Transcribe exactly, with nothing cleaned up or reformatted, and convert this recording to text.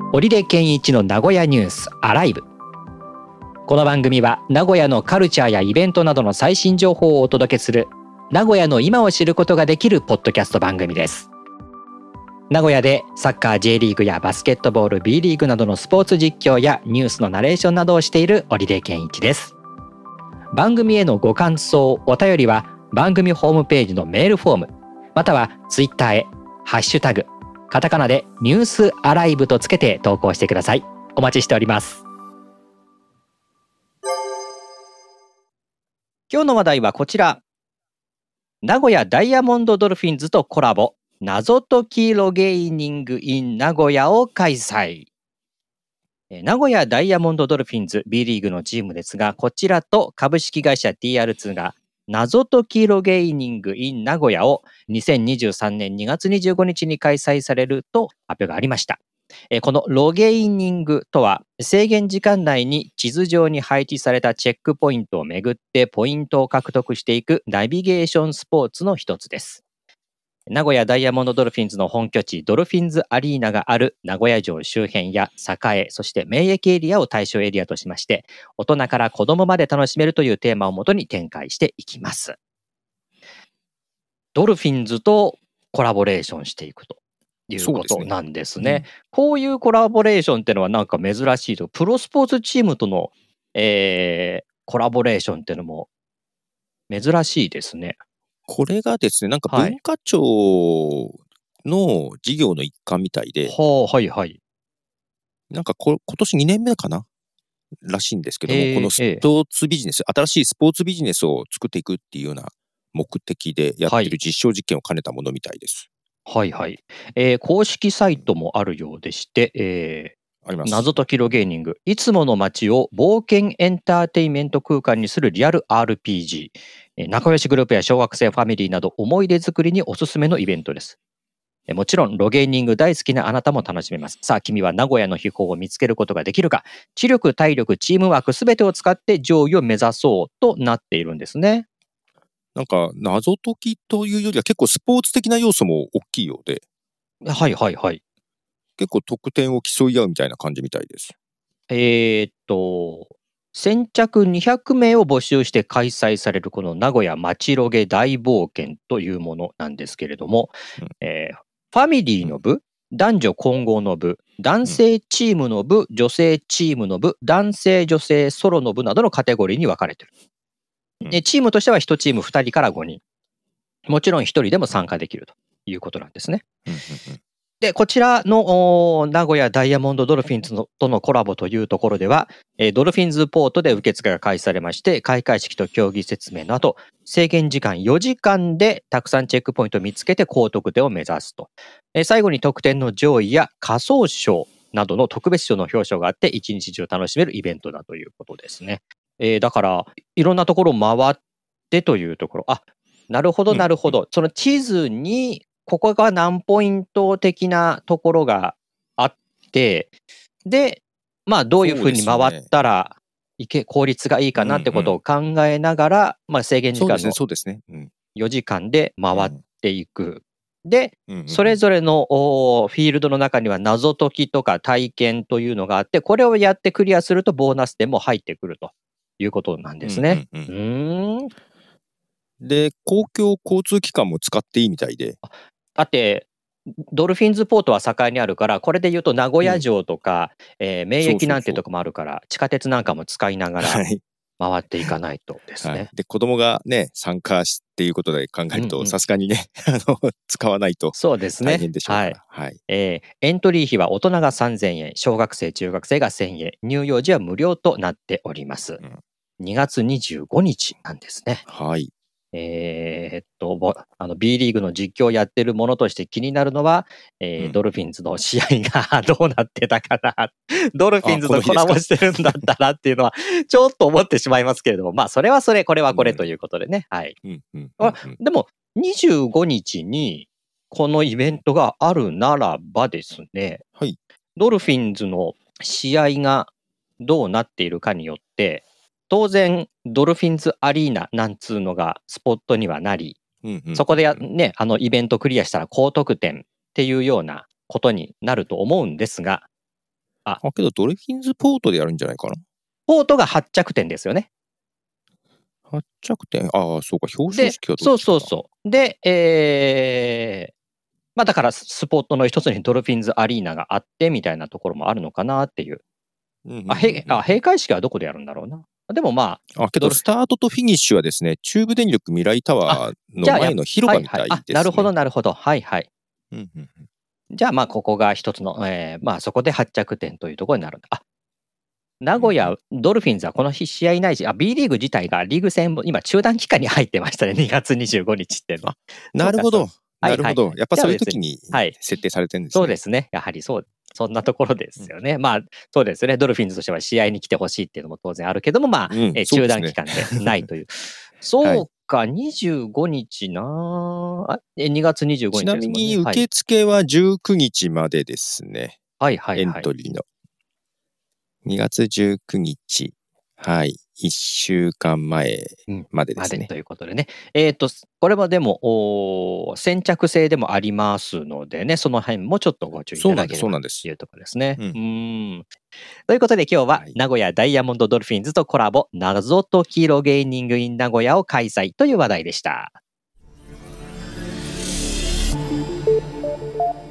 織出健一の名古屋ニュースアライブ。この番組は名古屋のカルチャーやイベントなどの最新情報をお届けする名古屋の今を知ることができるポッドキャスト番組です。名古屋でサッカー J リーグやバスケットボール B リーグなどのスポーツ実況やニュースのナレーションなどをしている織出健一です。番組へのご感想お便りは番組ホームページのメールフォームまたはツイッターへハッシュタグカタカナでニュースアライブとつけて投稿してください。お待ちしております。今日の話題はこちら。名古屋ダイヤモンドドルフィンズとコラボ謎解きロゲイニング in 名古屋を開催。名古屋ダイヤモンドドルフィンズ B リーグのチームですが、こちらと株式会社 ティーアールツー が謎解きロゲイニング in 名古屋をにせんにじゅうさんねんにがつにじゅうごにちに開催されると発表がありました。このロゲイニングとは制限時間内に地図上に配置されたチェックポイントをめぐってポイントを獲得していくナビゲーションスポーツの一つです。名古屋ダイヤモンドドルフィンズの本拠地ドルフィンズアリーナがある名古屋城周辺や栄、そして名駅エリアを対象エリアとしまして、大人から子供まで楽しめるというテーマをもとに展開していきます。ドルフィンズとコラボレーションしていくということなんですね。うん、こういうコラボレーションっていうのはなんか珍しいと、プロスポーツチームとの、えー、コラボレーションっていうのも珍しいですね。 これがですね、なんか文化庁の事業の一環みたいで、 はい、はいはい。 なんかこ今年にねんめかならしいんですけども、このスポーツビジネス、新しいスポーツビジネスを作っていくっていうような目的でやってる実証実験を兼ねたものみたいです。 はいはい。えー、公式サイトもあるようでして、えー謎解きロゲーニング、いつもの街を冒険エンターテインメント空間にするリアル アールピージー。仲良しグループや小学生ファミリーなど思い出作りにおすすめのイベントです。もちろんロゲーニング大好きなあなたも楽しめます。さあ君は名古屋の秘宝を見つけることができるか。知力、体力、チームワークすべてを使って上位を目指そうとなっているんですね。 なんか謎解きというよりは結構スポーツ的な要素も大きいようで。 はいはいはい。 結構得点を競い合うみたいな感じみたいです。 えー、っと、先着にひゃくめいを募集して開催されるこの名古屋まちロゲ大冒険というものなんですけれども、うんえー、ファミリーの部、うん、男女混合の部、男性チームの部、うん、女性チームの部、男性女性ソロの部などのカテゴリーに分かれている。うん、チームとしてはいちチームふたりからごにん。もちろんひとりでも参加できるということなんですね。うんうんうんで、こちらの名古屋ダイヤモンドドルフィンズのとのコラボというところでは、ドルフィンズポートで受付が開始されまして、開会式と競技説明の後、制限時間よじかんでたくさんチェックポイントを見つけて高得点を目指すと。最後に得点の上位や仮装賞などの特別賞の表彰があって、一日中楽しめるイベントだということですね。えー、だから、いろんなところを回ってというところ、あ、なるほどなるほど。うん、その地図に、ここが何ポイント的なところがあって、で、まあどういうふうに回ったらいけ、効率がいいかなってことを考えながら、うんうん、まあ制限時間のよじかんで回っていく。で、それぞれのフィールドの中には謎解きとか体験というのがあって、これをやってクリアするとボーナス点も入ってくるということなんですね。うん、うん、 うーん。で、公共交通機関も使っていいみたいで。 だってドルフィンズポートは境にあるから、これで言うと名古屋城とか、うんえー、名駅なんてとこもあるから、地下鉄なんかも使いながら回っていかないとですね。はい、 で子供がね参加っていうことで考えるとさすがにねあの使わないと大変でしょうから。 はいはいえー、エントリー費は大人がさんぜんえん、小学生中学生がせんえん、入場時は無料となっております。うん、にがつにじゅうごにちなんですね。 はい。 えー、っと、あの B リーグの実況をやってるものとして気になるのは、えーうん、ドルフィンズの試合がどうなってたかな。ドルフィンズとコラボしてるんだったらっていうのは、ちょっと思ってしまいますけれども、まあ、それはそれ、これはこれということでね。うん、はい、うんうんうんうん。でも、にじゅうごにちにこのイベントがあるならばですね、 はい、 ドルフィンズの試合がどうなっているかによって、当然ドルフィンズアリーナなんつうのがスポットにはなり、うんうんうん、そこでやねあのイベントクリアしたら高得点っていうようなことになると思うんですが、 あ、けどドルフィンズポートでやるんじゃないかな。 ポートが発着点ですよね。 発着点、ああ、そうか、表彰式はどそうっちかそうそう。で、えー、まあだからスポットの一つにドルフィンズアリーナがあってみたいなところもあるのかなっていう。あ、へあ閉会式はどこでやるんだろうな。でもまあ、あけどスタートとフィニッシュはですね、中部電力未来タワーの前の広場みたいですね。はいはい、 なるほどなるほど。はいはい。 うんうんうん、 じゃあまあここが一つの、えー、まあそこで発着点というところになる。あ、名古屋ドルフィンズはこの日試合ないし、あ、B リーグ自体がリーグ戦も今中断期間に入ってましたね。にがつにじゅうごにちっていうの。 なるほど。なるほど。やっぱそういう時に設定されてるんですね。 そうですね。やはりそう、そんなところですよね。うん、まあそうですね。ドルフィンズとしては試合に来てほしいっていうのも当然あるけども、まあ、うんえー、中断期間でないという。そうか、はい、にじゅうごにちなあ、にがつにじゅうごにちですもんね。 ちなみに受付はじゅうくにちまでですね。 はいはいはい。 エントリーの。にがつじゅうくにち。はい。いっしゅうかんまえまでですね。 までということでね。えっと、これもでも、お先着制でもありますのでね、その辺もちょっとご注意いただければというところですね。うん。うんということで今日は名古屋ダイヤモンドドルフィンズとコラボ、謎解きロゲーニングイン名古屋を開催という話題でした。